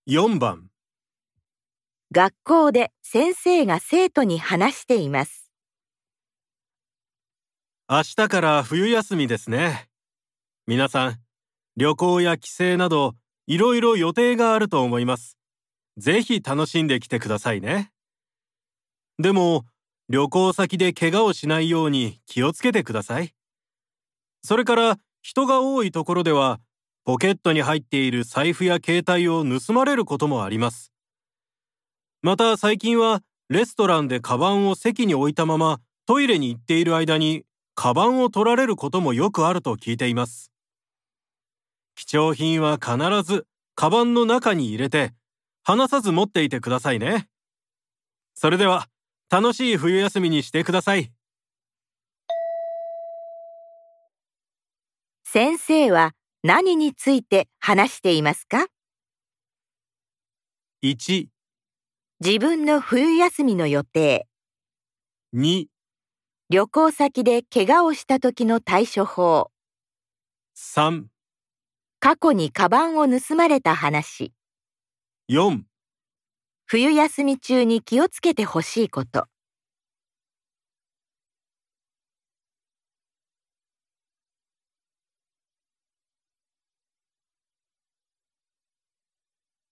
4番。 学校で先生が生徒に話しています。 明日から冬休みですね。皆さん、旅行や帰省など、いろいろ予定があると思います。ぜひ楽しんできてくださいね。でも、旅行先で怪我をしないように気をつけてください。それから、人が多いところでは、ポケットに入っている財布や携帯を盗まれることもあります。また最近は、レストランでカバンを席に置いたままトイレに行っている間に、カバンを取られることもよくあると聞いています。貴重品は必ずカバンの中に入れて、離さず持っていてくださいね。それでは、楽しい冬休みにしてください。 先生は何について話していますか？ 1、 自分の冬休みの予定、 2、 旅行先で怪我をした時の対処法、 3、 過去にカバンを盗まれた話、 4 冬休み中に気をつけてほしいこと。